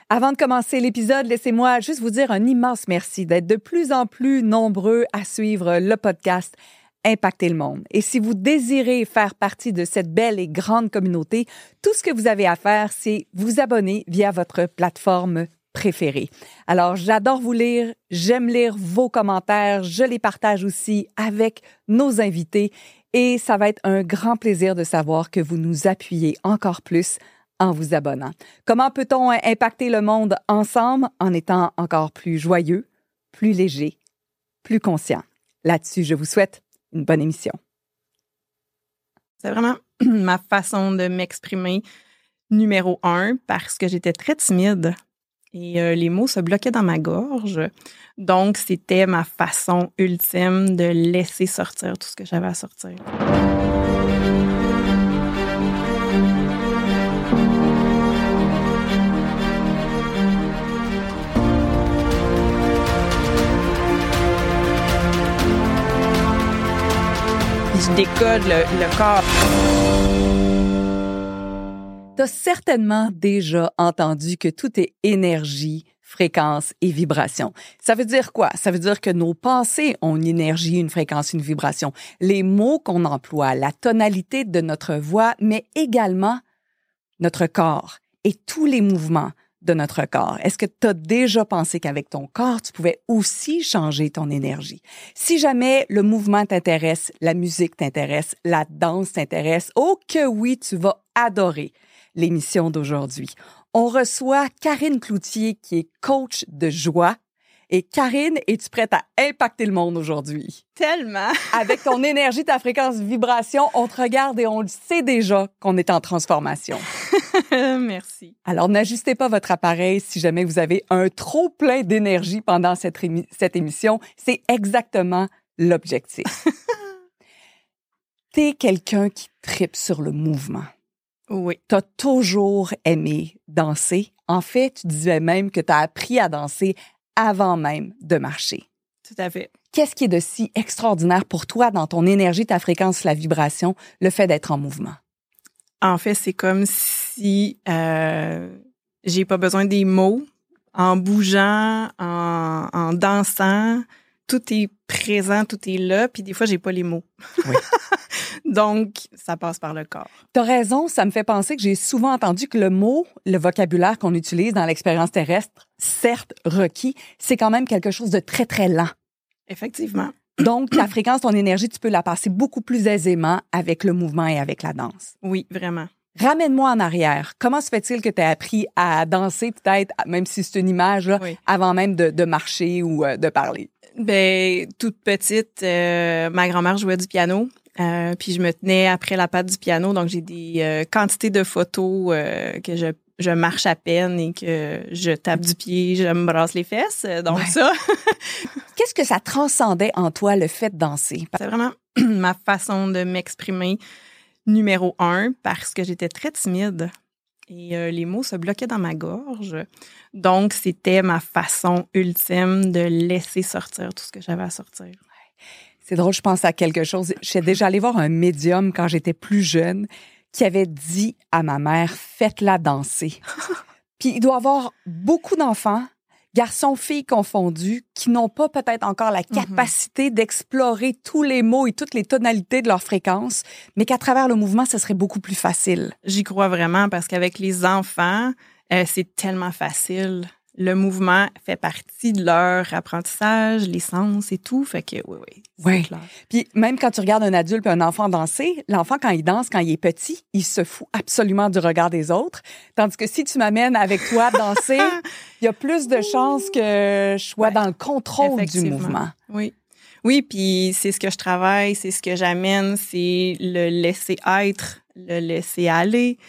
Avant de commencer l'épisode, laissez-moi juste vous dire un immense merci d'être de plus en plus nombreux à suivre le podcast Impacter le monde. Et si vous désirez faire partie de cette belle et grande communauté, tout ce que vous avez à faire, c'est vous abonner via votre plateforme préférée. Alors, j'adore vous lire, j'aime lire vos commentaires, je les partage aussi avec nos invités et ça va être un grand plaisir de savoir que vous nous appuyez encore plus en vous abonnant. Comment peut-on impacter le monde ensemble en étant encore plus joyeux, plus léger, plus conscient? Là-dessus, je vous souhaite une bonne émission. C'est vraiment ma façon de m'exprimer numéro 1 parce que j'étais très timide et les mots se bloquaient dans ma gorge. Donc, c'était ma façon ultime de laisser sortir tout ce que j'avais à sortir. Je décode le corps. Tu as certainement déjà entendu que tout est énergie, fréquence et vibration. Ça veut dire quoi? Ça veut dire que nos pensées ont une énergie, une fréquence, une vibration. Les mots qu'on emploie, la tonalité de notre voix, mais également notre corps et tous les mouvements de notre corps. Est-ce que tu as déjà pensé qu'avec ton corps, tu pouvais aussi changer ton énergie? Si jamais le mouvement t'intéresse, la musique t'intéresse, la danse t'intéresse, oh que oui, tu vas adorer l'émission d'aujourd'hui. On reçoit Karine Cloutier, qui est coach de joie. Et Karine, es-tu prête à impacter le monde aujourd'hui? Tellement! Avec ton énergie, ta fréquence vibration, on te regarde et on le sait déjà qu'on est en transformation. Merci. Alors, n'ajustez pas votre appareil si jamais vous avez un trop plein d'énergie pendant cette émission. C'est exactement l'objectif. T'es quelqu'un qui tripe sur le mouvement. Oui. T'as toujours aimé danser. En fait, tu disais même que t'as appris à danser avant même de marcher. Tout à fait. Qu'est-ce qui est de si extraordinaire pour toi dans ton énergie, ta fréquence, la vibration, le fait d'être en mouvement? En fait, c'est comme si j'ai pas besoin des mots. En bougeant, en dansant, tout est présent, tout est là, puis des fois, j'ai pas les mots. Oui. Donc, ça passe par le corps. T'as raison, ça me fait penser que j'ai souvent entendu que le mot, le vocabulaire qu'on utilise dans l'expérience terrestre, certes requis, c'est quand même quelque chose de très, très lent. Effectivement. Donc, ta fréquence, ton énergie, tu peux la passer beaucoup plus aisément avec le mouvement et avec la danse. Oui, vraiment. Ramène-moi en arrière. Comment se fait-il que tu as appris à danser, peut-être, même si c'est une image, là, Oui. avant même de marcher ou de parler? Ben, toute petite, ma grand-mère jouait du piano. Puis je me tenais après la patte du piano, donc j'ai des quantités de photos que je marche à peine et que je tape du pied, je me brasse les fesses, donc Ouais. ça. Qu'est-ce que ça transcendait en toi, le fait de danser? C'est vraiment ma façon de m'exprimer numéro 1 parce que j'étais très timide et les mots se bloquaient dans ma gorge. Donc, c'était ma façon ultime de laisser sortir tout ce que j'avais à sortir. C'est drôle, je pense à quelque chose. J'étais déjà allée voir un médium quand j'étais plus jeune qui avait dit à ma mère, faites-la danser. Puis il doit y avoir beaucoup d'enfants, garçons, filles confondus, qui n'ont pas peut-être encore la capacité d'explorer tous les mots et toutes les tonalités de leur fréquence, mais qu'à travers le mouvement, ce serait beaucoup plus facile. J'y crois vraiment parce qu'avec les enfants, c'est tellement facile. Le mouvement fait partie de leur apprentissage, les sens et tout. Fait que oui, c'est clair. Puis même quand tu regardes un adulte et un enfant danser, l'enfant, quand il danse, quand il est petit, il se fout absolument du regard des autres. Tandis que si tu m'amènes avec toi danser, il y a plus de chances que je sois dans le contrôle du mouvement. Oui. Oui, puis c'est ce que je travaille, c'est ce que j'amène, c'est le laisser être, le laisser aller.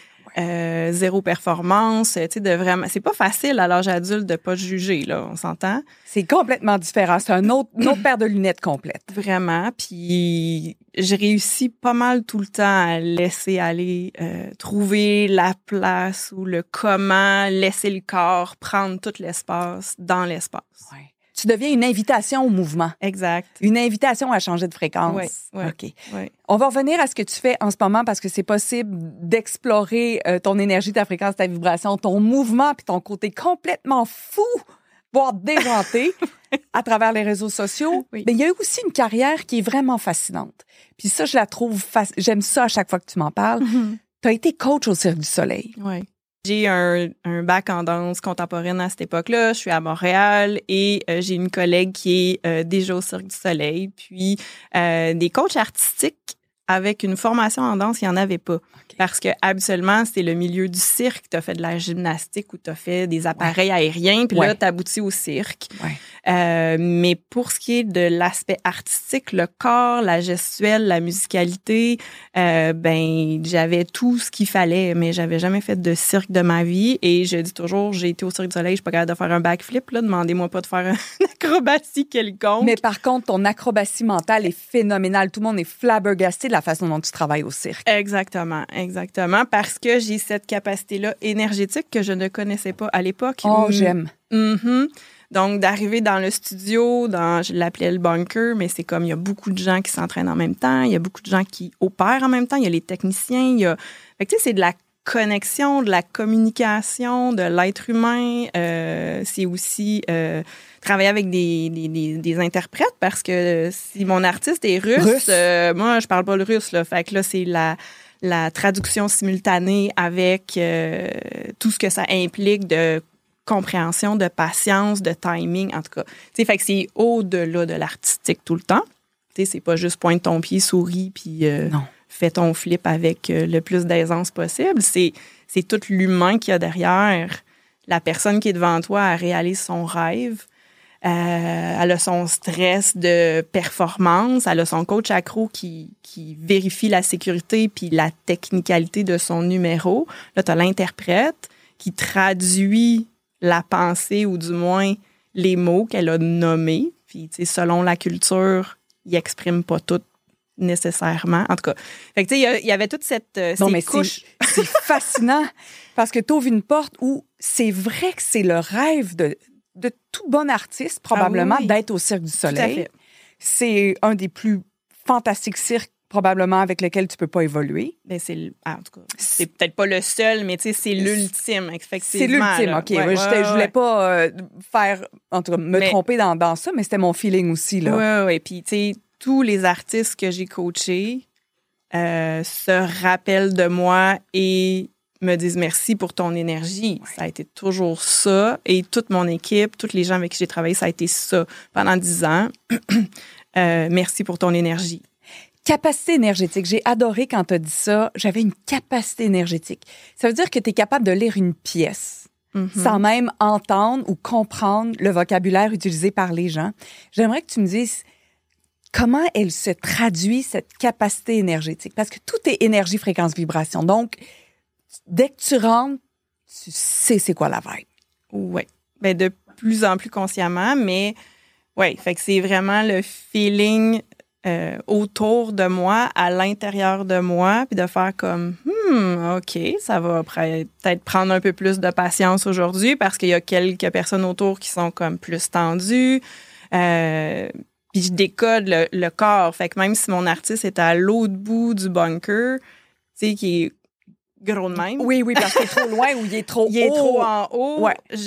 Zéro performance, tu sais, de vraiment, c'est pas facile à l'âge adulte de pas juger, là, on s'entend? C'est complètement différent, c'est une autre paire de lunettes complète. Vraiment, puis je réussis pas mal tout le temps à laisser aller, trouver la place ou le comment, laisser le corps prendre tout l'espace dans l'espace. Ouais. Tu deviens une invitation au mouvement. Exact. Une invitation à changer de fréquence. Oui. OK. Oui. On va revenir à ce que tu fais en ce moment parce que c'est possible d'explorer ton énergie, ta fréquence, ta vibration, ton mouvement puis ton côté complètement fou, voire déjanté à travers les réseaux sociaux. Oui. Mais il y a eu aussi une carrière qui est vraiment fascinante. Puis ça, je la trouve... J'aime ça à chaque fois que tu m'en parles. Tu as été coach au Cirque du Soleil. Oui. J'ai un bac en danse contemporaine à cette époque-là. Je suis à Montréal et j'ai une collègue qui est déjà au Cirque du Soleil. Puis des coachs artistiques avec une formation en danse, il n'y en avait pas. Okay. Parce que habituellement, c'est le milieu du cirque. Tu as fait de la gymnastique ou tu as fait des appareils aériens. Puis là, tu aboutis au cirque. Mais pour ce qui est de l'aspect artistique, le corps, la gestuelle, la musicalité, j'avais tout ce qu'il fallait, mais j'avais jamais fait de cirque de ma vie. Et je dis toujours, j'ai été au Cirque du Soleil, je suis pas capable de faire un backflip. Là, demandez-moi pas de faire une acrobatie quelconque. Mais par contre, ton acrobatie mentale est phénoménale. Tout le monde est flabbergasté de la façon dont tu travailles au cirque. Exactement. Parce que j'ai cette capacité-là énergétique que je ne connaissais pas à l'époque. Oh, j'aime. Donc, d'arriver dans le studio, je l'appelais le bunker, mais c'est comme il y a beaucoup de gens qui s'entraînent en même temps, il y a beaucoup de gens qui opèrent en même temps, il y a les techniciens, Fait que, tu sais, c'est de la connexion, de la communication, de l'être humain. C'est aussi travailler avec des interprètes parce que si mon artiste est russe. Moi, je parle pas le russe, là. Fait que là, c'est la traduction simultanée avec tout ce que ça implique de compréhension, de patience, de timing, en tout cas. Tu sais, fait que c'est au-delà de l'artistique tout le temps. Tu sais, c'est pas juste pointe ton pied, souris, puis fais ton flip avec le plus d'aisance possible. C'est tout l'humain qu'il y a derrière. La personne qui est devant toi, elle réalise son rêve. Elle a son stress de performance. Elle a son coach accro qui vérifie la sécurité puis la technicalité de son numéro. Là, tu as l'interprète qui traduit la pensée ou du moins les mots qu'elle a nommés. Puis, tu sais, selon la culture, ils n'expriment pas tout nécessairement. En tout cas, fait que, tu sais, il y avait toute cette couche. C'est fascinant parce que tu ouvres une porte où c'est vrai que c'est le rêve de tout bon artiste, probablement, d'être au Cirque du Soleil. Tout à fait. C'est un des plus fantastiques cirques probablement avec lequel tu peux pas évoluer. Ben en tout cas, c'est peut-être pas le seul, mais tu sais, c'est l'ultime, effectivement. C'est l'ultime, OK. Je voulais pas faire, en tout cas, me tromper dans ça, mais c'était mon feeling aussi, là. Oui. Puis, tu sais, tous les artistes que j'ai coachés se rappellent de moi et me disent merci pour ton énergie. Ouais. Ça a été toujours ça. Et toute mon équipe, tous les gens avec qui j'ai travaillé, ça a été ça pendant 10 ans. Merci pour ton énergie. Capacité énergétique. J'ai adoré quand tu as dit ça. J'avais une capacité énergétique. Ça veut dire que tu es capable de lire une pièce sans même entendre ou comprendre le vocabulaire utilisé par les gens. J'aimerais que tu me dises comment elle se traduit, cette capacité énergétique. Parce que tout est énergie, fréquence, vibration. Donc, dès que tu rentres, tu sais c'est quoi la vibe. Oui. Ben, de plus en plus consciemment, mais oui, fait que c'est vraiment le feeling autour de moi, à l'intérieur de moi, puis de faire comme OK, ça va peut-être prendre un peu plus de patience aujourd'hui parce qu'il y a quelques personnes autour qui sont comme plus tendues. Puis je décode le corps. Fait que même si mon artiste est à l'autre bout du bunker, tu sais, qui est gros de même. Oui, parce qu'il est trop loin ou il est trop haut. Il est trop en haut. Ouais. Il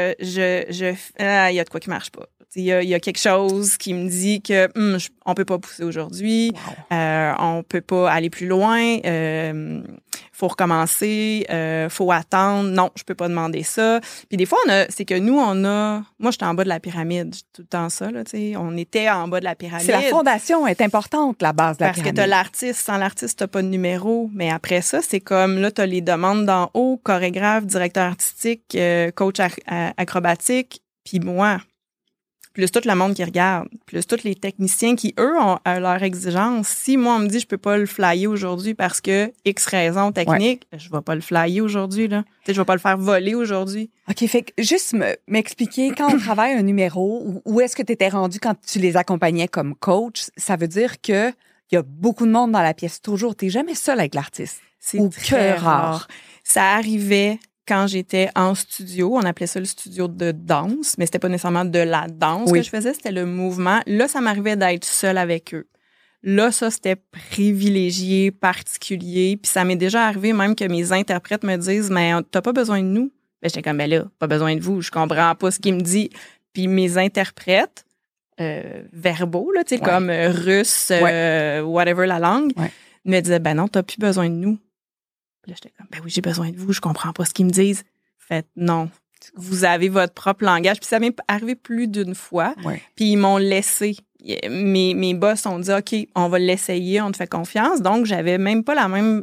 y a de quoi qui marche pas. Il y a quelque chose qui me dit que on peut pas pousser aujourd'hui, on peut pas aller plus loin, faut recommencer, faut attendre. Non, je peux pas demander ça. Puis des fois, c'est que nous, moi, j'étais en bas de la pyramide, tout le temps ça, là, tu sais. On était en bas de la pyramide. C'est la fondation est importante, la base de la pyramide. Parce que t'as l'artiste, sans l'artiste, t'as pas de numéro. Mais après ça, c'est comme, là, t'as les demandes d'en haut, chorégraphe, directeur artistique, coach acrobatique, puis moi. Plus tout le monde qui regarde, plus tous les techniciens qui, eux, ont leur exigence. Si moi, on me dit je peux pas le flyer aujourd'hui parce que X raison technique, je vais pas le flyer aujourd'hui, là. Tu sais, je vais pas le faire voler aujourd'hui. OK, fait que juste m'expliquer, quand on travaille un numéro, où est-ce que tu étais rendu quand tu les accompagnais comme coach? Ça veut dire que il y a beaucoup de monde dans la pièce toujours. T'es jamais seul avec l'artiste. C'est très rare. Ça arrivait quand j'étais en studio. On appelait ça le studio de danse, mais c'était pas nécessairement de la danse que je faisais, c'était le mouvement. Là, ça m'arrivait d'être seule avec eux. Là, ça, c'était privilégié, particulier. Puis ça m'est déjà arrivé même que mes interprètes me disent « Mais t'as pas besoin de nous? » Ben, j'étais comme « Ben là, pas besoin de vous, je comprends pas ce qu'il me dit. » Puis mes interprètes verbaux, là, tu sais, comme russe, whatever la langue, me disaient « Ben non, t'as plus besoin de nous. » Puis là, j'étais comme « Ben oui, j'ai besoin de vous, je comprends pas ce qu'ils me disent. » Fait non, vous avez votre propre langage. Puis ça m'est arrivé plus d'une fois. Puis ils m'ont laissé. Mes boss ont dit OK, on va l'essayer, on te fait confiance. Donc j'avais même pas la même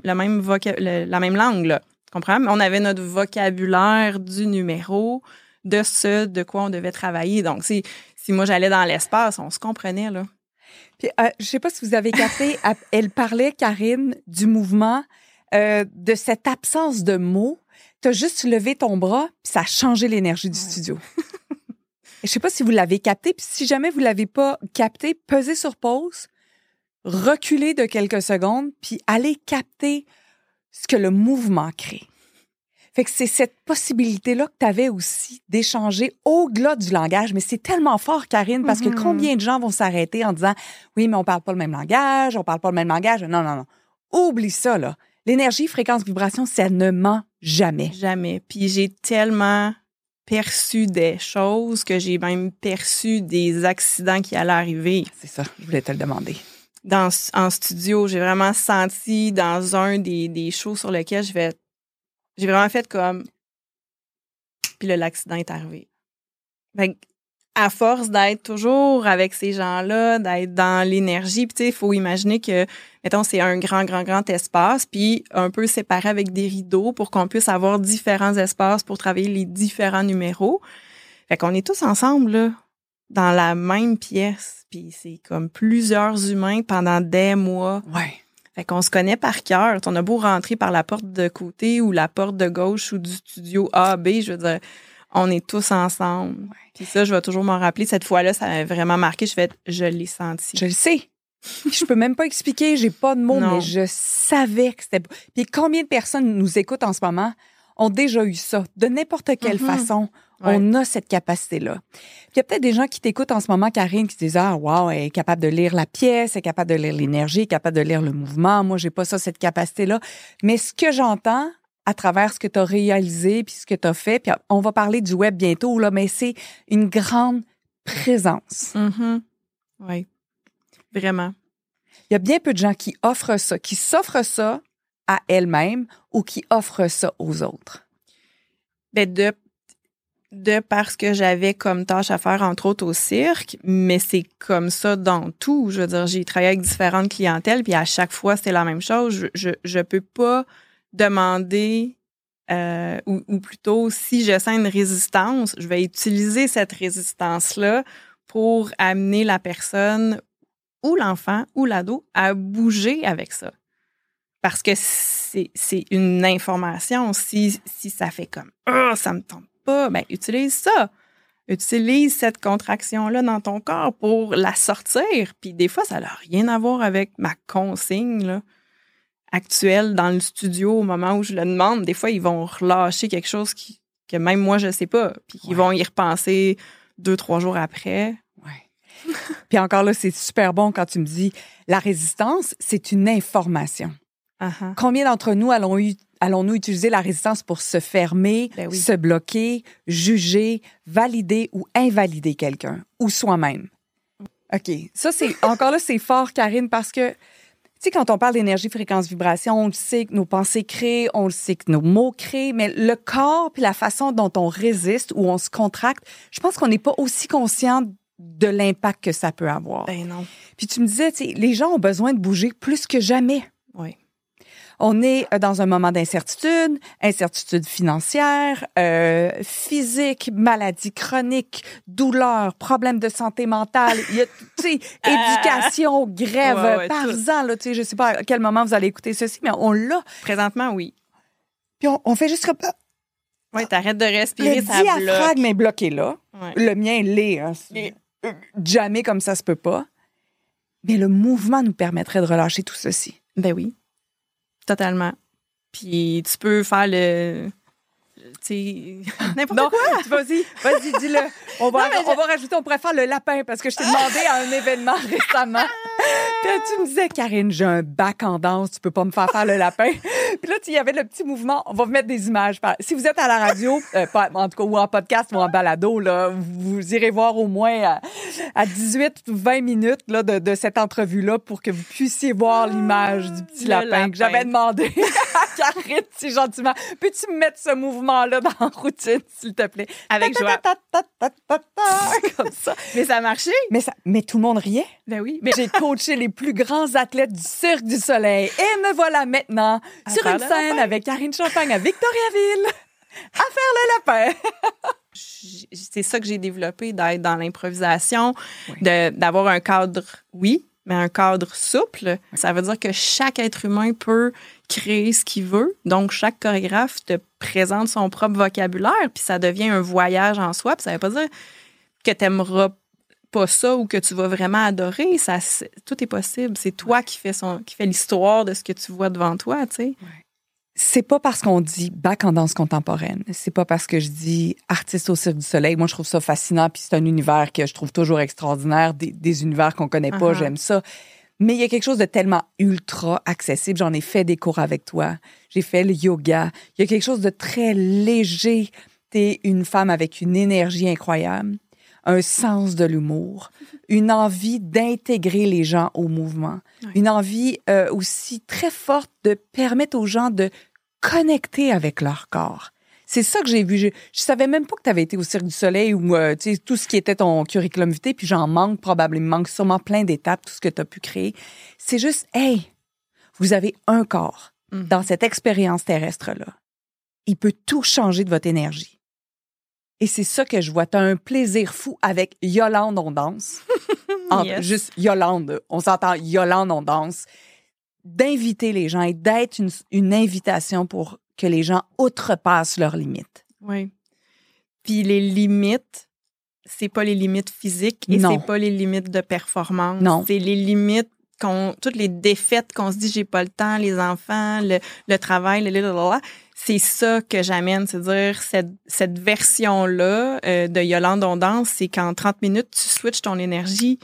langue là. Tu comprends? Mais on avait notre vocabulaire du numéro, de ce de quoi on devait travailler. Donc si moi j'allais dans l'espace, on se comprenait là. Puis je sais pas si vous avez capté, elle parlait, Karine, du mouvement, de cette absence de mots. T'as juste levé ton bras, puis ça a changé l'énergie du studio. Je sais pas si vous l'avez capté, puis si jamais vous l'avez pas capté, pesez sur pause, reculez de quelques secondes, puis allez capter ce que le mouvement crée. Fait que c'est cette possibilité-là que tu avais aussi d'échanger au-delà du langage. Mais c'est tellement fort, Karine, parce que combien de gens vont s'arrêter en disant « Oui, mais on parle pas le même langage, on parle pas le même langage. » Non, non, non. Oublie ça, là. L'énergie, fréquence, vibration, ça ne ment jamais. Jamais. Puis j'ai tellement perçu des choses que j'ai même perçu des accidents qui allaient arriver. C'est ça, je voulais te le demander. En studio, j'ai vraiment senti dans un des shows sur lesquels j'ai vraiment fait comme... Puis là, l'accident est arrivé. Fait à force d'être toujours avec ces gens-là, d'être dans l'énergie, puis tu sais, il faut imaginer que, mettons, c'est un grand espace, puis un peu séparé avec des rideaux pour qu'on puisse avoir différents espaces pour travailler les différents numéros. Fait qu'on est tous ensemble, là, dans la même pièce, puis c'est comme plusieurs humains pendant des mois. Ouais. Fait qu'on se connaît par cœur. On a beau rentrer par la porte de côté ou la porte de gauche ou du studio A, B, je veux dire, on est tous ensemble. Ouais. Puis ça, je vais toujours m'en rappeler. Cette fois-là, ça m'a vraiment marqué. Je l'ai senti. Je le sais. Je peux même pas expliquer, j'ai pas de mots, mais je savais que c'était... Puis combien de personnes nous écoutent en ce moment ont déjà eu ça, de n'importe quelle façon. On a cette capacité-là. Puis il y a peut-être des gens qui t'écoutent en ce moment, Karine, qui se disent « Ah, wow, elle est capable de lire la pièce, elle est capable de lire l'énergie, elle est capable de lire le mouvement. Moi, j'ai pas ça, cette capacité-là. » Mais ce que j'entends à travers ce que tu as réalisé puis ce que tu as fait, puis on va parler du web bientôt, là, mais c'est une grande présence. Oui, vraiment. Il y a bien peu de gens qui offrent ça, qui s'offrent ça à elles-mêmes ou qui offrent ça aux autres. Ben de parce que j'avais comme tâche à faire, entre autres, au cirque, mais c'est comme ça dans tout. Je veux dire, j'ai travaillé avec différentes clientèles, puis à chaque fois, c'était la même chose. Je peux pas demander, ou plutôt, si je sens une résistance, je vais utiliser cette résistance-là pour amener la personne ou l'enfant ou l'ado à bouger avec ça. Parce que c'est une information. Si ça fait comme « Ah, ça me tente pas », ben utilise ça. Utilise cette contraction-là dans ton corps pour la sortir. Puis des fois, ça n'a rien à voir avec ma consigne là, actuelle dans le studio au moment où je le demande. Des fois, ils vont relâcher quelque chose que même moi, je ne sais pas. Puis qu'ils vont y repenser 2-3 jours après. Ouais. Puis encore là, c'est super bon quand tu me dis la résistance, c'est une information. Uh-huh. Combien d'entre nous allons-nous utiliser la résistance pour se fermer, se bloquer, juger, valider ou invalider quelqu'un ou soi-même? OK. Ça, encore là, c'est fort, Karine, parce que, tu sais, quand on parle d'énergie, fréquence, vibration, on le sait que nos pensées créent, on le sait que nos mots créent, mais le corps puis la façon dont on résiste ou on se contracte, je pense qu'on n'est pas aussi conscient de l'impact que ça peut avoir. Ben non. Puis tu me disais, tu sais, les gens ont besoin de bouger plus que jamais. Oui. On est dans un moment incertitude financière, physique, maladie chronique, douleur, problèmes de santé mentale, il y a, tu sais, éducation, grève, parle-en, là, tu sais, je sais pas à quel moment vous allez écouter ceci, mais on l'a. Présentement, oui. Puis on fait juste comme... Oui, t'arrêtes de respirer, ça bloque. Le diaphragme est bloqué là. Ouais. Le mien l'est, hein. Jamais comme ça se peut pas. Mais le mouvement nous permettrait de relâcher tout ceci. Ben oui. Totalement. Puis tu peux faire n'importe quoi. Vas-y, dis-le. On va rajouter, on pourrait faire le lapin parce que je t'ai demandé à un événement récemment. Puis là, tu me disais, Karine, j'ai un bac en danse, tu peux pas me faire le lapin. Puis là, il y avait le petit mouvement. On va vous mettre des images. Si vous êtes à la radio, en tout cas, ou en podcast ou en balado, là, vous irez voir au moins à 18 ou 20 minutes là, de cette entrevue-là pour que vous puissiez voir l'image du petit lapin que j'avais demandé à Karine, si gentiment. Peux-tu me mettre ce mouvement-là dans la routine, s'il te plaît? Avec joie. Comme ça. Mais ça a marché. Mais tout le monde riait. Ben oui. Mais j'ai coaché les plus grands athlètes du Cirque du Soleil. Et me voilà maintenant sur une scène avec Karine Champagne à Victoriaville à faire le lapin. C'est ça que j'ai développé, d'être dans l'improvisation, d'avoir un cadre, oui, mais un cadre souple. Ça veut dire que chaque être humain peut créer ce qu'il veut. Donc, chaque chorégraphe te présente son propre vocabulaire, puis ça devient un voyage en soi. Puis ça veut pas dire que tu n'aimeras pas ça ou que tu vas vraiment adorer. Tout est possible. C'est toi qui fais l'histoire de ce que tu vois devant toi, tu sais. Ouais. C'est pas parce qu'on dit bac en danse contemporaine. C'est pas parce que je dis artiste au Cirque du Soleil. Moi, je trouve ça fascinant, puis c'est un univers que je trouve toujours extraordinaire, des univers qu'on connaît pas, j'aime ça. Mais il y a quelque chose de tellement ultra accessible. J'en ai fait des cours avec toi. J'ai fait le yoga. Il y a quelque chose de très léger. T'es une femme avec une énergie incroyable, un sens de l'humour, une envie d'intégrer les gens au mouvement, une envie aussi très forte de permettre aux gens de connecter avec leur corps. C'est ça que j'ai vu. Je savais même pas que tu avais été au Cirque du Soleil ou tout ce qui était ton curriculum vitae, puis j'en manque probablement. Il me manque sûrement plein d'étapes, tout ce que tu as pu créer. C'est juste, hey, vous avez un corps dans cette expérience terrestre-là. Il peut tout changer de votre énergie. Et c'est ça que je vois. Tu as un plaisir fou avec Yolande on danse. Juste Yolande. On s'entend Yolande on danse. D'inviter les gens et d'être une invitation pour que les gens outrepassent leurs limites. Oui. Puis les limites, c'est pas les limites physiques et c'est pas les limites de performance. Non. C'est les limites toutes les défaites qu'on se dit j'ai pas le temps, les enfants, le travail, c'est ça que j'amène, c'est-à-dire cette version-là de Yolande on danse, c'est qu'en 30 minutes, tu switches ton énergie.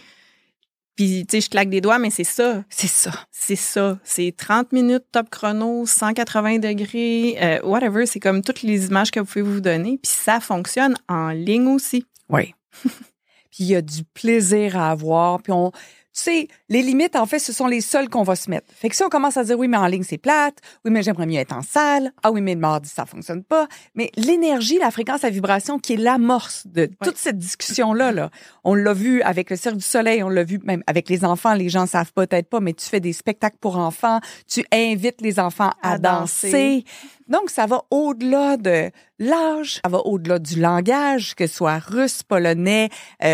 Puis, tu sais, je claque des doigts, mais c'est ça. C'est ça. C'est ça. C'est 30 minutes, top chrono, 180 degrés, whatever. C'est comme toutes les images que vous pouvez vous donner. Puis ça fonctionne en ligne aussi. Oui. Puis il y a du plaisir à avoir. Puis tu sais, les limites, en fait, ce sont les seules qu'on va se mettre. Fait que si on commence à dire, oui, mais en ligne, c'est plate. Oui, mais j'aimerais mieux être en salle. Ah oui, mais le mardi, ça fonctionne pas. Mais l'énergie, la fréquence, la vibration qui est l'amorce de toute cette discussion-là, là, on l'a vu avec le Cirque du Soleil, on l'a vu même avec les enfants. Les gens savent peut-être pas, mais tu fais des spectacles pour enfants. Tu invites les enfants à danser. Donc, ça va au-delà de l'âge. Ça va au-delà du langage, que ce soit russe, polonais,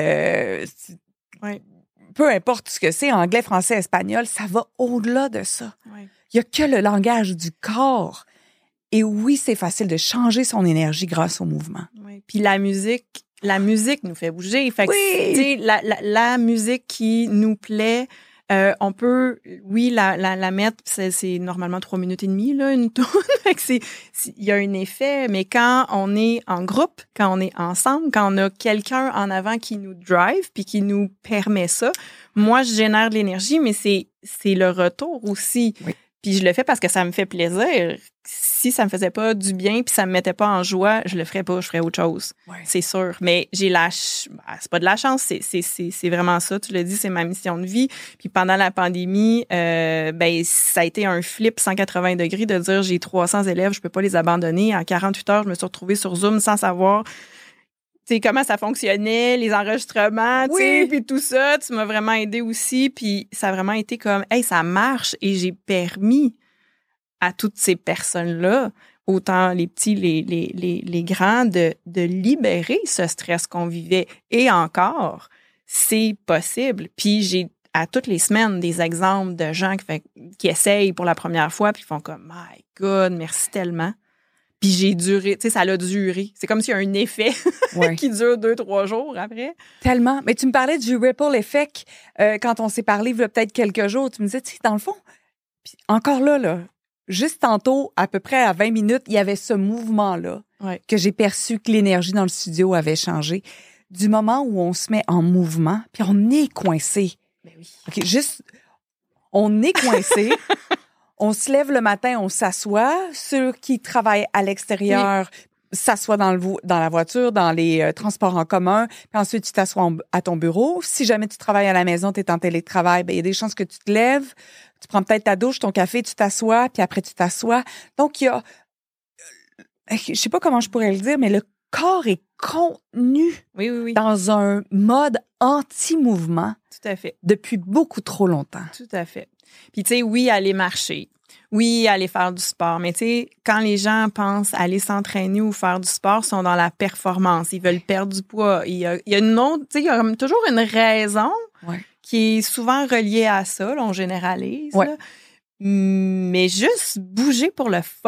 peu importe ce que c'est, anglais, français, espagnol, ça va au-delà de ça. Il y a que le langage du corps. Et oui, c'est facile de changer son énergie grâce au mouvement. Oui. Puis la musique nous fait bouger. Fait que, la musique qui nous plaît, on peut, la mettre, c'est normalement 3 minutes et demie, là, une tourne. Il y a un effet, mais quand on est en groupe, quand on est ensemble, quand on a quelqu'un en avant qui nous drive puis qui nous permet ça, moi, je génère de l'énergie, mais c'est le retour aussi. Oui. Puis je le fais parce que ça me fait plaisir. Si ça me faisait pas du bien puis ça me mettait pas en joie, je le ferais pas, je ferais autre chose. Ouais. C'est sûr. Mais j'ai c'est pas de la chance, c'est vraiment ça. Tu l'as dit, c'est ma mission de vie. Puis pendant la pandémie, ça a été un flip 180 degrés de dire j'ai 300 élèves, je peux pas les abandonner. En 48 heures, je me suis retrouvée sur Zoom sans savoir comment ça fonctionnait, les enregistrements, puis tout ça. Tu m'as vraiment aidé aussi. Puis ça a vraiment été comme, hey, ça marche. Et j'ai permis à toutes ces personnes-là, autant les petits, les grands, de libérer ce stress qu'on vivait. Et encore, c'est possible. Puis j'ai, à toutes les semaines, des exemples de gens qui essayent pour la première fois puis qui font comme, my God, merci tellement. Puis j'ai duré, ça l'a duré. C'est comme s'il y a un effet qui dure 2-3 jours après. Tellement. Mais tu me parlais du ripple effect quand on s'est parlé il y a peut-être quelques jours. Tu me disais, dans le fond, puis encore là, juste tantôt, à peu près à 20 minutes, il y avait ce mouvement-là que j'ai perçu que l'énergie dans le studio avait changé. Du moment où on se met en mouvement, puis on est coincé. Ben oui. OK, juste, on est coincé. On se lève le matin, on s'assoit. Ceux qui travaillent à l'extérieur s'assoient dans la voiture, dans les transports en commun. Puis ensuite, tu t'assois à ton bureau. Si jamais tu travailles à la maison, tu es en télétravail, il y a des chances que tu te lèves, tu prends peut-être ta douche, ton café, tu t'assois, puis après, tu t'assois. Donc, il y a... Je sais pas comment je pourrais le dire, mais le corps est contenu dans un mode anti-mouvement. Tout à fait. Depuis beaucoup trop longtemps. Tout à fait. Puis, tu sais, oui, aller marcher. Oui, aller faire du sport. Mais, tu sais, quand les gens pensent aller s'entraîner ou faire du sport, ils sont dans la performance. Ils veulent perdre du poids. Il y a une autre, tu sais, il y a toujours une raison qui est souvent reliée à ça. Là, on généralise. Là. Mais juste bouger pour le fun,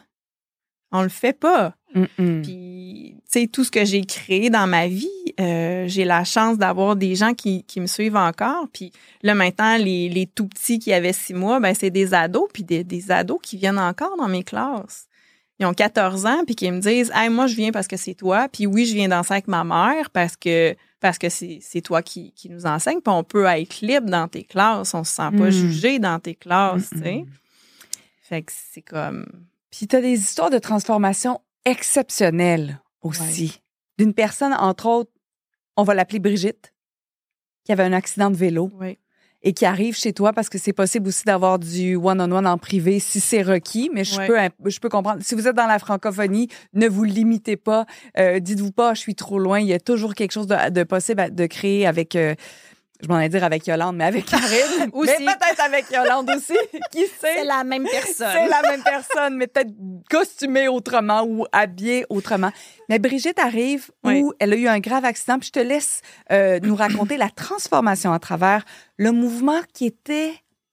on le fait pas. Puis, tu sais, tout ce que j'ai créé dans ma vie, j'ai la chance d'avoir des gens qui me suivent encore. Puis là, maintenant, les tout petits qui avaient 6 mois, ben c'est des ados, puis des ados qui viennent encore dans mes classes. Ils ont 14 ans, puis qui me disent « Hey, moi, je viens parce que c'est toi. Puis oui, je viens danser avec ma mère parce que c'est toi qui nous enseigne. Puis on peut être libre dans tes classes. On se sent pas jugé dans tes classes, tu sais. Fait que c'est comme... Puis t'as des histoires de transformation exceptionnelles aussi. D'une personne, entre autres, on va l'appeler Brigitte, qui avait un accident de vélo et qui arrive chez toi parce que c'est possible aussi d'avoir du one-on-one en privé si c'est requis, mais je peux comprendre. Si vous êtes dans la francophonie, ne vous limitez pas. Dites-vous pas, je suis trop loin. Il y a toujours quelque chose de possible de créer avec... je m'en ai dire avec Yolande, mais avec Karine. Aussi. Mais peut-être avec Yolande aussi. Qui sait? C'est la même personne. C'est la même personne, mais peut-être costumée autrement ou habillée autrement. Mais Brigitte arrive où elle a eu un grave accident. Puis je te laisse nous raconter la transformation à travers le mouvement qui était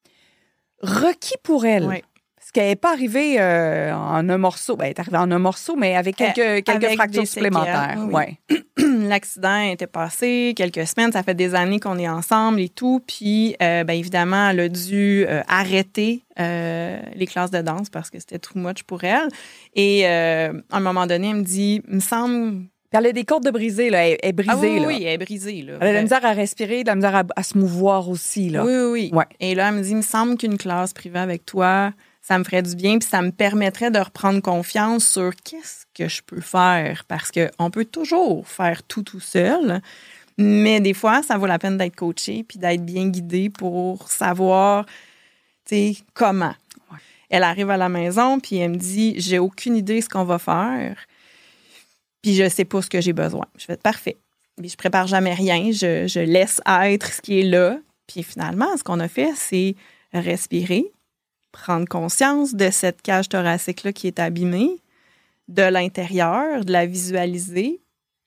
requis pour elle. Oui. Parce qu'elle n'est pas arrivée en un morceau. Ben, elle est arrivée en un morceau, mais avec quelques fractures supplémentaires. Oui. L'accident était passé quelques semaines. Ça fait des années qu'on est ensemble et tout. Puis, ben évidemment, elle a dû arrêter les classes de danse parce que c'était too much pour elle. Et à un moment donné, elle me dit, il me semble... Elle a des côtes de brisée, là. Elle est brisée, là. Oui, elle est brisée, là. Elle a de la misère à respirer, de la misère à se mouvoir aussi, là. Oui. Ouais. Et là, elle me dit, il me semble qu'une classe privée avec toi, ça me ferait du bien, puis ça me permettrait de reprendre confiance sur qu'est-ce que je peux faire. Parce qu'on peut toujours faire tout seul, mais des fois, ça vaut la peine d'être coaché puis d'être bien guidé pour savoir, tu sais, comment. Ouais. Elle arrive à la maison, puis elle me dit, j'ai aucune idée de ce qu'on va faire, puis je sais pas ce que j'ai besoin. Je fais parfait. Mais je prépare jamais rien, je laisse être ce qui est là. Puis finalement, ce qu'on a fait, c'est respirer, prendre conscience de cette cage thoracique-là qui est abîmée, de l'intérieur, de la visualiser.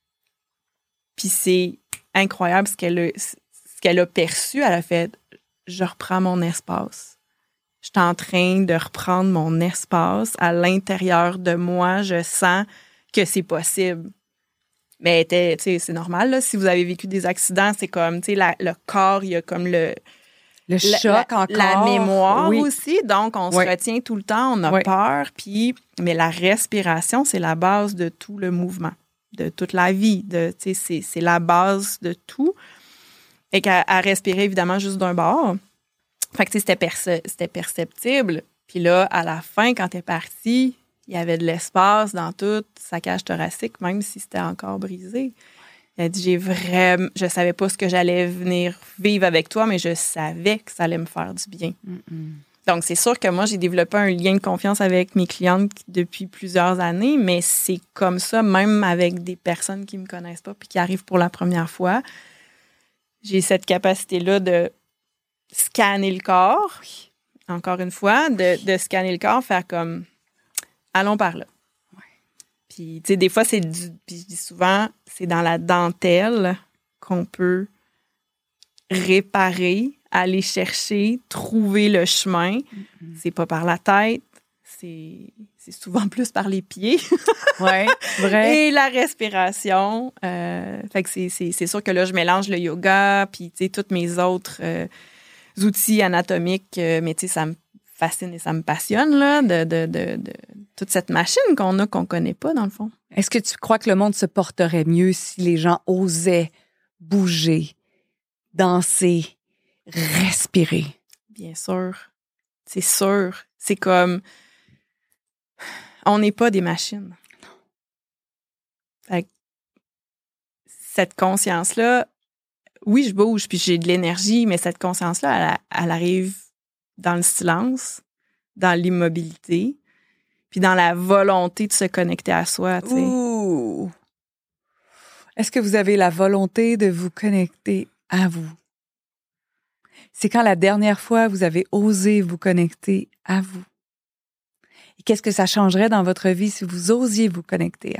Puis c'est incroyable ce qu'elle a perçu. Elle a fait « Je reprends mon espace. Je suis en train de reprendre mon espace. À l'intérieur de moi, je sens que c'est possible. » Mais c'est normal, là. Si vous avez vécu des accidents, c'est comme, tu sais, le corps, il y a comme le choc encore. La mémoire aussi. Donc, on se retient tout le temps, on a peur. Mais la respiration, c'est la base de tout le mouvement, de toute la vie. C'est la base de tout. Et qu'à respirer, évidemment, juste d'un bord. Fait que c'était perceptible. Puis là, à la fin, quand elle est partie, il y avait de l'espace dans toute sa cage thoracique, même si c'était encore brisé. Elle dit, je savais pas ce que j'allais venir vivre avec toi, mais je savais que ça allait me faire du bien. Donc, c'est sûr que moi, j'ai développé un lien de confiance avec mes clientes depuis plusieurs années, mais c'est comme ça, même avec des personnes qui me connaissent pas puis qui arrivent pour la première fois. J'ai cette capacité-là de scanner le corps, encore une fois, de scanner le corps, faire comme, allons par là. Puis, tu sais, des fois, puis je dis souvent, c'est dans la dentelle qu'on peut réparer, aller chercher, trouver le chemin. C'est pas par la tête, c'est souvent plus par les pieds. Ouais, vrai. Et la respiration. Fait que c'est sûr que là, je mélange le yoga, puis, tu sais, tous mes autres outils anatomiques, mais, tu sais, ça me fascine et ça me passionne, là, toute cette machine qu'on a, qu'on connaît pas, dans le fond. Est-ce que tu crois que le monde se porterait mieux si les gens osaient bouger, danser, respirer? Bien sûr. C'est sûr. C'est comme... On n'est pas des machines. Fait que cette conscience-là, oui, je bouge, puis j'ai de l'énergie, mais cette conscience-là, elle arrive dans le silence, dans l'immobilité, puis dans la volonté de se connecter à soi, tu sais. Ouh! Est-ce que vous avez la volonté de vous connecter à vous? C'est quand la dernière fois vous avez osé vous connecter à vous? Et qu'est-ce que ça changerait dans votre vie si vous osiez vous connecter à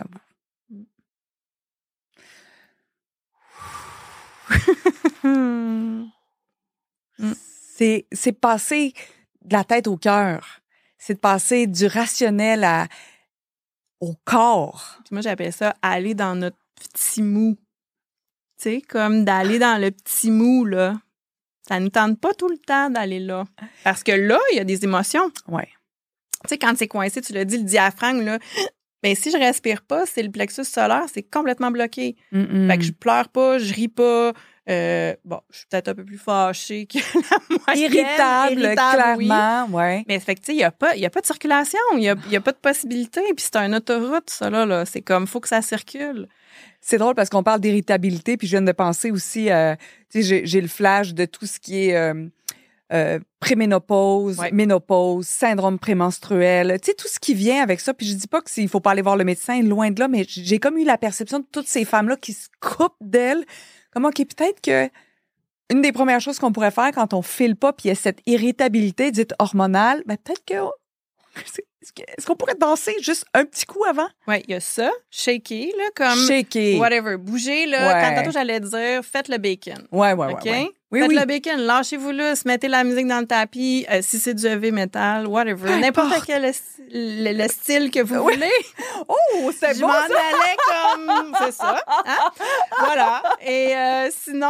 vous? C'est passer de la tête au cœur. C'est de passer du rationnel au corps. Moi, j'appelle ça aller dans notre petit mou. Tu sais, comme d'aller dans le petit mou, là. Ça ne tente pas tout le temps d'aller là. Parce que là, il y a des émotions. Ouais. Tu sais, quand c'est coincé, tu l'as dit, le diaphragme, là, ben si je respire pas, c'est le plexus solaire, c'est complètement bloqué. Fait que je pleure pas, je ris pas. Bon, je suis peut-être un peu plus fâchée que la moyenne. Irritable, clairement, oui. ouais. Mais fait que, tu sais, il y a pas de circulation, il y a pas de possibilité. Puis c'est une autoroute, ça, là. C'est comme, faut que ça circule. C'est drôle parce qu'on parle d'irritabilité, puis je viens de penser aussi, tu sais, j'ai le flash de tout ce qui est préménopause, Ouais. ménopause, syndrome prémenstruel, tu sais, tout ce qui vient avec ça. Puis je dis pas qu'il faut pas aller voir le médecin, loin de là, mais j'ai comme eu la perception de toutes ces femmes-là qui se coupent d'elles. Comme, OK, peut-être que une des premières choses qu'on pourrait faire quand on file pas, puis il y a cette irritabilité dite hormonale, ben peut-être que... Est-ce qu'on pourrait danser juste un petit coup avant? Oui, il y a ça, shaker, là, comme... Shaker. Whatever, bouger, là. Ouais. Quand tantôt, j'allais dire, faites le bacon. Ouais. OK? Oui, Faites oui. le bacon, lâchez-vous là, mettez la musique dans le tapis, si c'est du heavy metal, whatever. N'importe quel le style que vous voulez. Oh, c'est Je bon, m'en ça! allais comme... C'est ça. Hein? Voilà. Et sinon...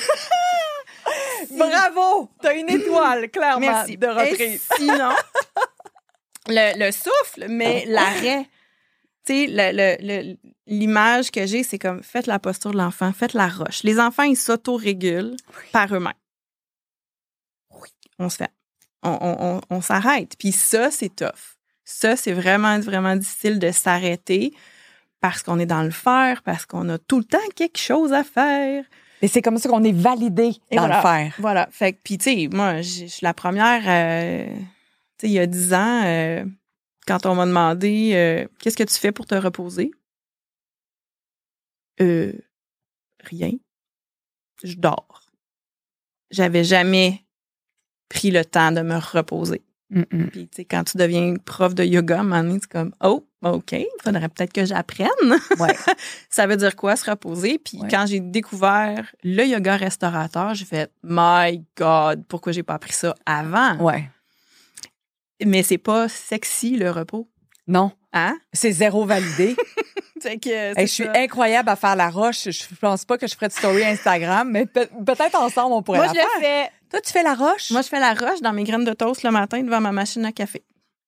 Bravo! T'as une étoile, clairement, Merci. de Et reprise. sinon, le souffle, mais l'arrêt. Tu sais, l'image que j'ai, c'est comme, faites la posture de l'enfant, faites la roche. Les enfants, ils s'auto-régulent par eux-mêmes. Oui. On se fait. On s'arrête. Puis ça, c'est tough. Ça, c'est vraiment, vraiment difficile de s'arrêter parce qu'on est dans le faire, parce qu'on a tout le temps quelque chose à faire. Mais c'est comme ça qu'on est validé dans voilà, le faire. Voilà. Fait que, puis, tu sais, moi, je suis la première, tu sais, il y a 10 ans, quand on m'a demandé qu'est-ce que tu fais pour te reposer? Rien. Je dors. J'avais jamais pris le temps de me reposer. Puis, tu sais, quand tu deviens prof de yoga, à un moment donné, c'est comme, oh, OK, il faudrait peut-être que j'apprenne. Ouais. Ça veut dire quoi, se reposer? Puis, Ouais. quand j'ai découvert le yoga restaurateur, j'ai fait, my God, pourquoi j'ai pas appris ça avant? Ouais. Mais c'est pas sexy, le repos. Non. Hein? C'est zéro validé. Fait que, Hey, je suis incroyable à faire la roche. Je pense pas que je ferais de story Instagram, mais peut-être ensemble, on pourrait Moi, la je faire. le fais. Toi, tu fais la roche? Moi, je fais la roche dans mes graines de toast le matin devant ma machine à café.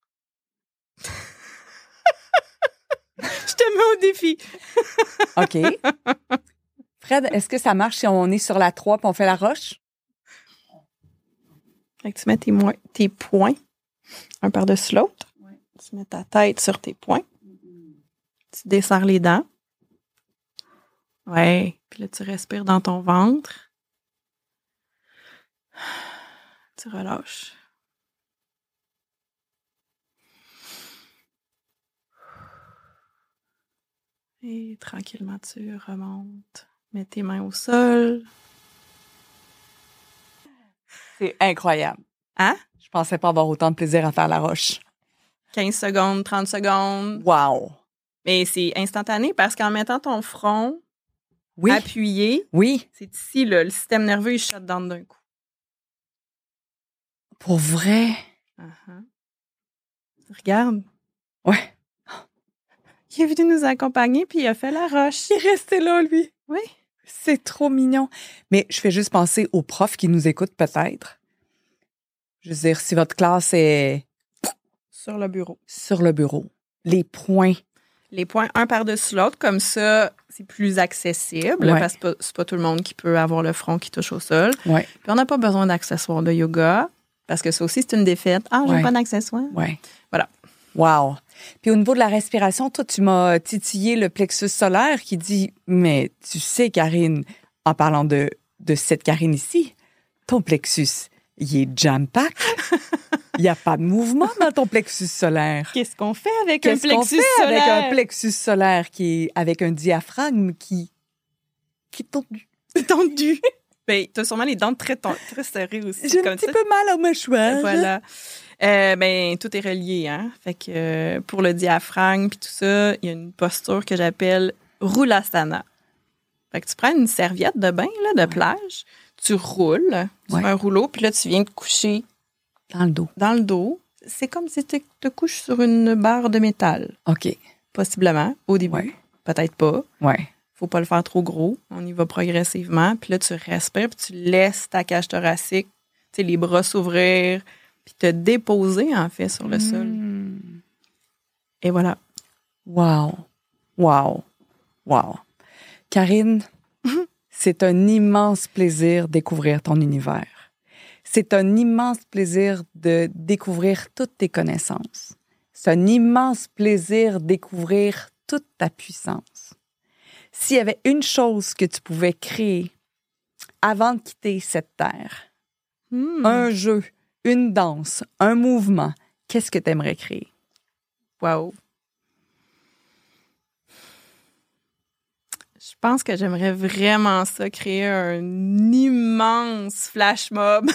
Je te mets au défi. OK. Fred, est-ce que ça marche si on est sur la 3 puis on fait la roche? Fait que tu mets tes poings un par-dessus l'autre. Ouais. Tu mets ta tête sur tes poings. Tu desserres les dents. Ouais. Puis là, tu respires dans ton ventre. Tu relâches. Et tranquillement, tu remontes. Mets tes mains au sol. C'est incroyable. Hein? Je pensais pas avoir autant de plaisir à faire la roche. 15 secondes, 30 secondes. Wow. Mais c'est instantané parce qu'en mettant ton front Oui. appuyé, Oui. c'est ici, là, le système nerveux, il shut down d'un coup. Pour vrai? Uh-huh. Regarde. Ouais. Il est venu nous accompagner, puis il a fait la roche. Il est resté là, lui. Oui. C'est trop mignon. Mais je fais juste penser aux profs qui nous écoutent peut-être. Je veux dire, si votre classe est Sur le bureau. sur le bureau, les points. Les points un par-dessus l'autre, comme ça, c'est plus accessible Ouais. parce que c'est pas tout le monde qui peut avoir le front qui touche au sol. Ouais. Puis on n'a pas besoin d'accessoires de yoga parce que ça aussi, c'est une défaite. Ah, j'ai Ouais. pas d'accessoires. Ouais. Voilà. Wow. Puis au niveau de la respiration, toi, tu m'as titillé le plexus solaire qui dit, mais tu sais, Karine, en parlant de cette Karine ici, ton plexus, il est jam-pack. Il n'y a pas de mouvement dans ton plexus solaire. Qu'est-ce qu'on fait avec Qu'est-ce un qu'on plexus fait solaire? avec un plexus solaire qui est avec un diaphragme qui est tendu? tendu? Ben, t'as sûrement les dents très serrées aussi. J'ai un comme petit ça. peu mal au mâchoire. Voilà. Ben, tout est relié, hein. Fait que pour le diaphragme puis tout ça, il y a une posture que j'appelle Roulasana. Fait que tu prends une serviette de bain, là, de plage, tu roules, tu Ouais. fais un rouleau, puis là, tu viens te coucher Dans le dos. dans le dos. C'est comme si tu te couches sur une barre de métal, OK. possiblement, au début. Ouais. Peut-être pas. Ouais. Faut pas le faire trop gros. On y va progressivement. Puis là, tu respires, puis tu laisses ta cage thoracique, tu sais, les bras s'ouvrir, puis te déposer, en fait, sur le sol. Mm. Et voilà. Wow. Wow. Wow. Karine, c'est un immense plaisir de découvrir ton univers. C'est un immense plaisir de découvrir toutes tes connaissances. C'est un immense plaisir de découvrir toute ta puissance. S'il y avait une chose que tu pouvais créer avant de quitter cette terre, un jeu, une danse, un mouvement, qu'est-ce que tu aimerais créer? Wow. Je pense que j'aimerais vraiment ça, créer un immense flash mob.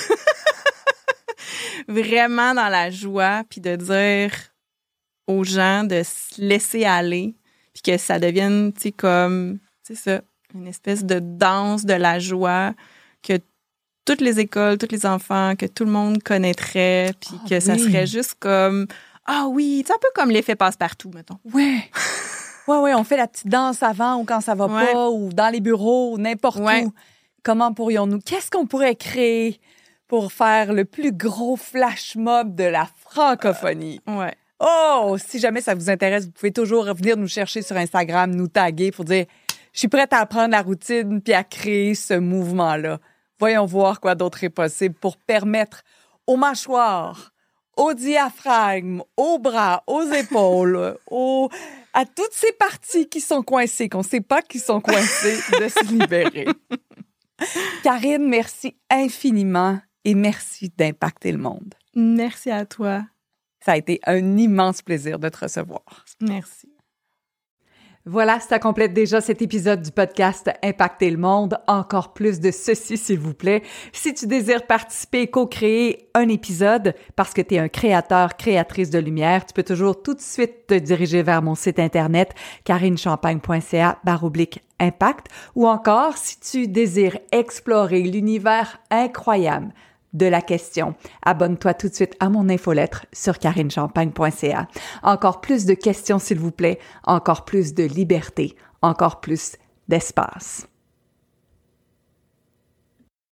Vraiment dans la joie, puis de dire aux gens de se laisser aller, puis que ça devienne, tu sais, comme, c'est ça, une espèce de danse de la joie que toutes les écoles, tous les enfants, que tout le monde connaîtrait, puis que ça serait juste comme, ah oui, c'est un peu comme l'effet passe-partout, mettons. Ouais. Ouais, on fait la petite danse avant ou quand ça va pas, ou dans les bureaux, n'importe où. Comment pourrions-nous, qu'est-ce qu'on pourrait créer pour faire le plus gros flash mob de la francophonie? Ouais. Oh, si jamais ça vous intéresse, vous pouvez toujours venir nous chercher sur Instagram, nous taguer pour dire « Je suis prête à apprendre la routine puis à créer ce mouvement-là. » Voyons voir quoi d'autre est possible pour permettre aux mâchoires, au diaphragme, aux bras, aux épaules, à toutes ces parties qui sont coincées, qu'on ne sait pas qui sont coincées, de se libérer. Karine, merci infiniment et merci d'impacter le monde. Merci à toi. Ça a été un immense plaisir de te recevoir. Merci. Voilà, ça complète déjà cet épisode du podcast Impacter le monde. Encore plus de ceci, s'il vous plaît. Si tu désires participer, co-créer un épisode parce que tu es un créateur, créatrice de lumière, tu peux toujours tout de suite te diriger vers mon site internet karinechampagne.ca/impact ou encore si tu désires explorer l'univers incroyable de la question. Abonne-toi tout de suite à mon infolettre sur karinechampagne.ca. Encore plus de questions, s'il vous plaît. Encore plus de liberté. Encore plus d'espace.